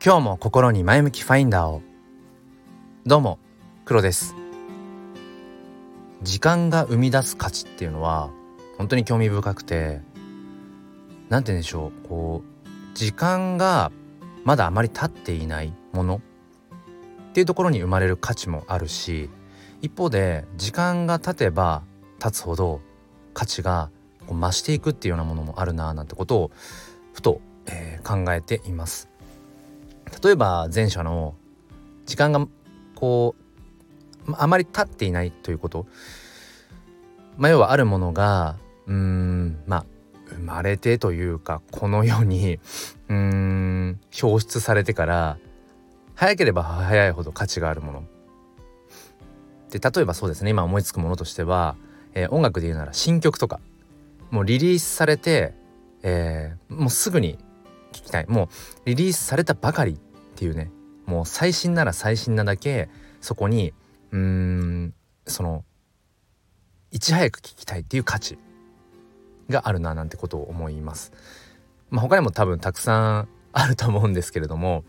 今日も心に前向きファインダーを。どうも黒です。時間が生み出す価値っていうのは本当に興味深くて、なんて言うんでしょう、時間がまだあまり経っていないものっていうところに生まれる価値もあるし、一方で時間が経てば経つほど価値が増していくっていうようなものもあるななんてことをふと、考えています。例えば前者の時間があまり経っていないということ、要はあるものが生まれてというかこの世に表出されてから早ければ早いほど価値があるもので、例えばそうですね、今思いつくものとしては、音楽で言うなら新曲とか、もうリリースされて、もうすぐに聴きたい、もうリリースされたばかりっていうね、もう最新なら最新なだけそこにいち早く聴きたいっていう価値があるななんてことを思います。他にも多分たくさんあると思うんですけれども、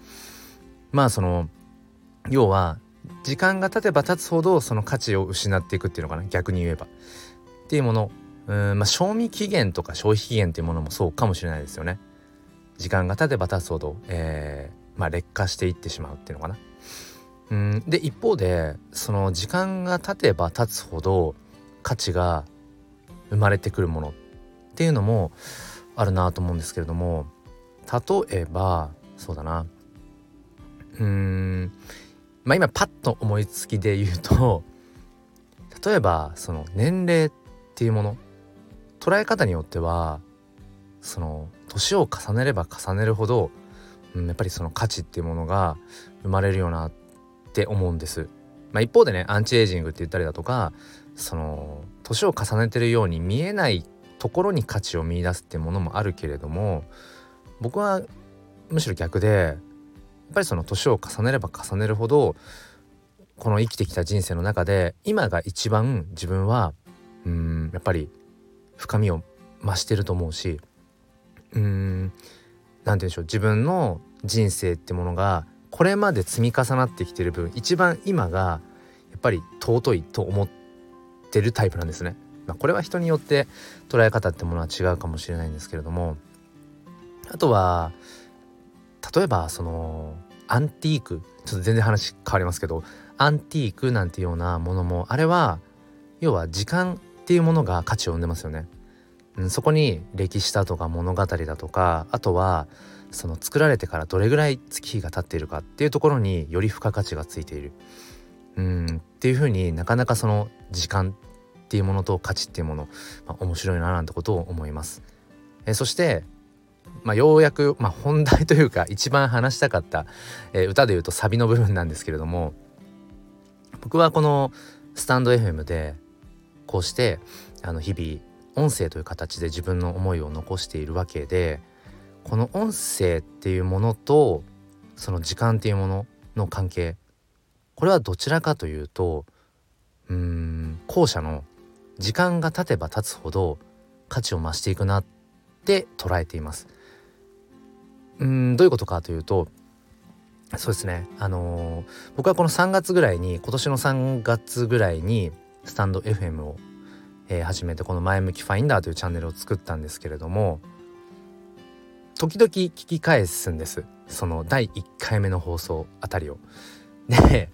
要は時間が経てば経つほどその価値を失っていくっていうのかな、逆に言えばっていうもの、賞味期限とか消費期限っていうものもそうかもしれないですよね。時間が経てば経つほど、劣化していってしまうっていうのかな。で一方でその時間が経てば経つほど価値が生まれてくるものっていうのもあるなと思うんですけれども、例えばそうだな、今パッと思いつきで言うと、例えばその年齢っていうもの、捉え方によってはその年を重ねれば重ねるほど、やっぱりその価値っていうものが生まれるよなって思うんです。一方でね、アンチエイジングって言ったりだとか、その年を重ねてるように見えないところに価値を見出すっていうものもあるけれども、僕はむしろ逆で、やっぱりその年を重ねれば重ねるほどこの生きてきた人生の中で今が一番自分はやっぱり深みを増してると思うし、なんて言うんでしょう、自分の人生ってものがこれまで積み重なってきてる分、一番今がやっぱり尊いと思ってるタイプなんですね。これは人によって捉え方ってものは違うかもしれないんですけれども、あとは例えばそのアンティーク、ちょっと全然話変わりますけど、アンティークなんていうようなものも、あれは要は時間っていうものが価値を生んでますよね。そこに歴史だとか物語だとか、あとはその作られてからどれぐらい月日が経っているかっていうところにより付加価値がついているっていう風に、なかなかその時間っていうものと価値っていうもの、面白いななんてことを思います。そしてようやく、本題というか一番話したかった、歌でいうとサビの部分なんですけれども、僕はこのスタンド FM でこうして日々音声という形で自分の思いを残しているわけで、この音声っていうものとその時間っていうものの関係、これはどちらかというと後者の時間が経てば経つほど価値を増していくなって捉えています。どういうことかというと、そうですね、僕はこの3月ぐらいに、今年の3月ぐらいにスタンド FM を、始めて、この前向きファインダーというチャンネルを作ったんですけれども、時々聞き返すんです、その第1回目の放送あたりを。で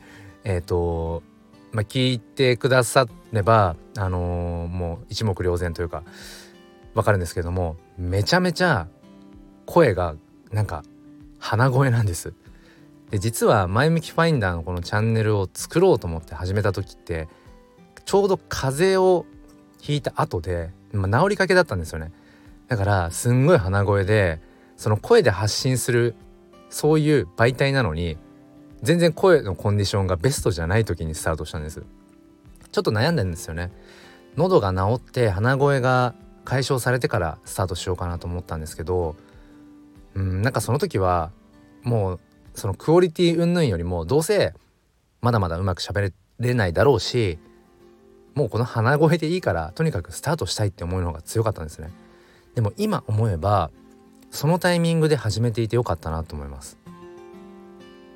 聞いてくださればもう一目瞭然というかわかるんですけども、めちゃめちゃ声がなんか鼻声なんです。で実は前向きファインダーのこのチャンネルを作ろうと思って始めた時って、ちょうど風邪をひいた後で、治りかけだったんですよね。だからすんごい鼻声で、その声で発信するそういう媒体なのに、全然声のコンディションがベストじゃない時にスタートしたんです。ちょっと悩んでるんですよね。喉が治って鼻声が解消されてからスタートしようかなと思ったんですけど、なんかその時はもうそのクオリティ云々よりも、どうせまだまだうまく喋れないだろうし、もうこの鼻声でいいからとにかくスタートしたいって思うのが強かったんですね。でも今思えばそのタイミングで始めていてよかったなと思います。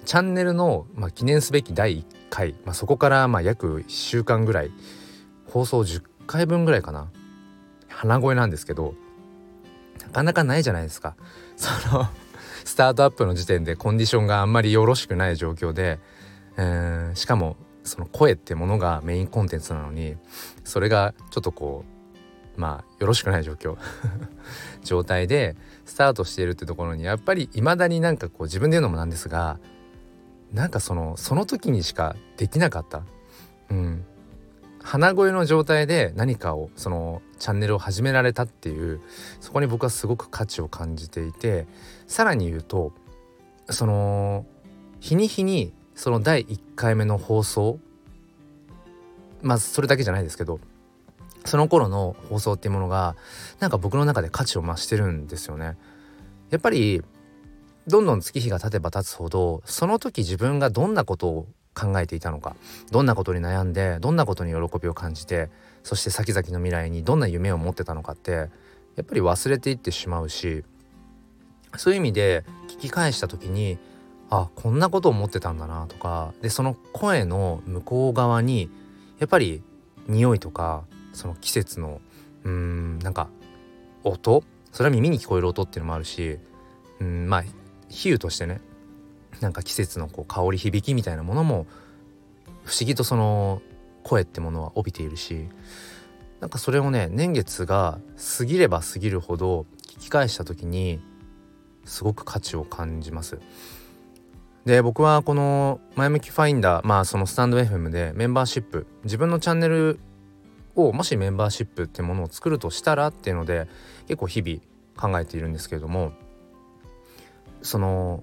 チャンネルの、記念すべき第1回、そこから約1週間ぐらい放送10回分ぐらいかな、鼻声なんですけど、なかなかないじゃないですか。そのスタートアップの時点でコンディションがあんまりよろしくない状況で、しかもその声ってものがメインコンテンツなのに、それがちょっとこうよろしくない状況状態でスタートしているってところに、やっぱり未だになんかこう自分で言うのもなんですが、なんかその時にしかできなかった、鼻声の状態で何かをそのチャンネルを始められたっていう、そこに僕はすごく価値を感じていて、さらに言うとその日に日にその第1回目の放送、それだけじゃないですけど、その頃の放送っていうものがなんか僕の中で価値を増してるんですよね。やっぱりどんどん月日が経てば経つほど、その時自分がどんなことを考えていたのか、どんなことに悩んで、どんなことに喜びを感じて、そして先々の未来にどんな夢を持ってたのかってやっぱり忘れていってしまうし、そういう意味で聞き返した時に、あ、こんなことを思ってたんだなとかで、その声の向こう側にやっぱり匂いとか、その季節のなんか音、それは耳に聞こえる音っていうのもあるし、比喩としてね、なんか季節のこう香り響きみたいなものも不思議とその声ってものは帯びているし、なんかそれをね、年月が過ぎれば過ぎるほど聞き返した時にすごく価値を感じます。で、僕はこの前向きファインダー、そのスタンド FM でメンバーシップ、自分のチャンネルをもしメンバーシップってものを作るとしたらっていうので結構日々考えているんですけれども、その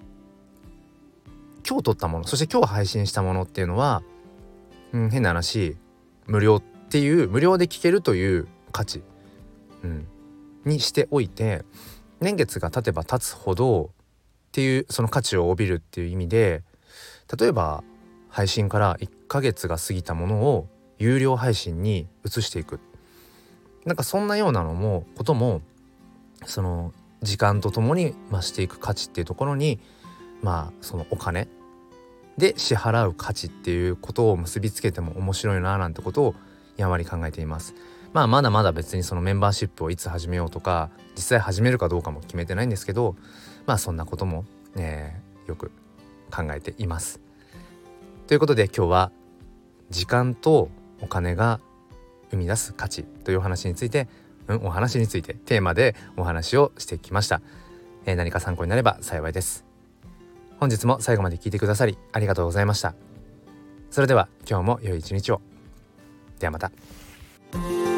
今日撮ったもの、そして今日配信したものっていうのは、変な話、無料っていう、無料で聞けるという価値、にしておいて、年月が経てば経つほどっていうその価値を帯びるっていう意味で、例えば配信から1ヶ月が過ぎたものを有料配信に移していく、なんかそんなようなこともその時間とともに増していく価値っていうところに、そのお金で支払う価値っていうことを結びつけても面白いななんてことをやんわり考えています。まだまだ別にそのメンバーシップをいつ始めようとか、実際始めるかどうかも決めてないんですけど、そんなことも、よく考えています。ということで今日は時間とお金が生み出す価値というお話について、テーマでお話をしてきました。何か参考になれば幸いです。本日も最後まで聞いてくださりありがとうございました。それでは今日も良い一日を。ではまた。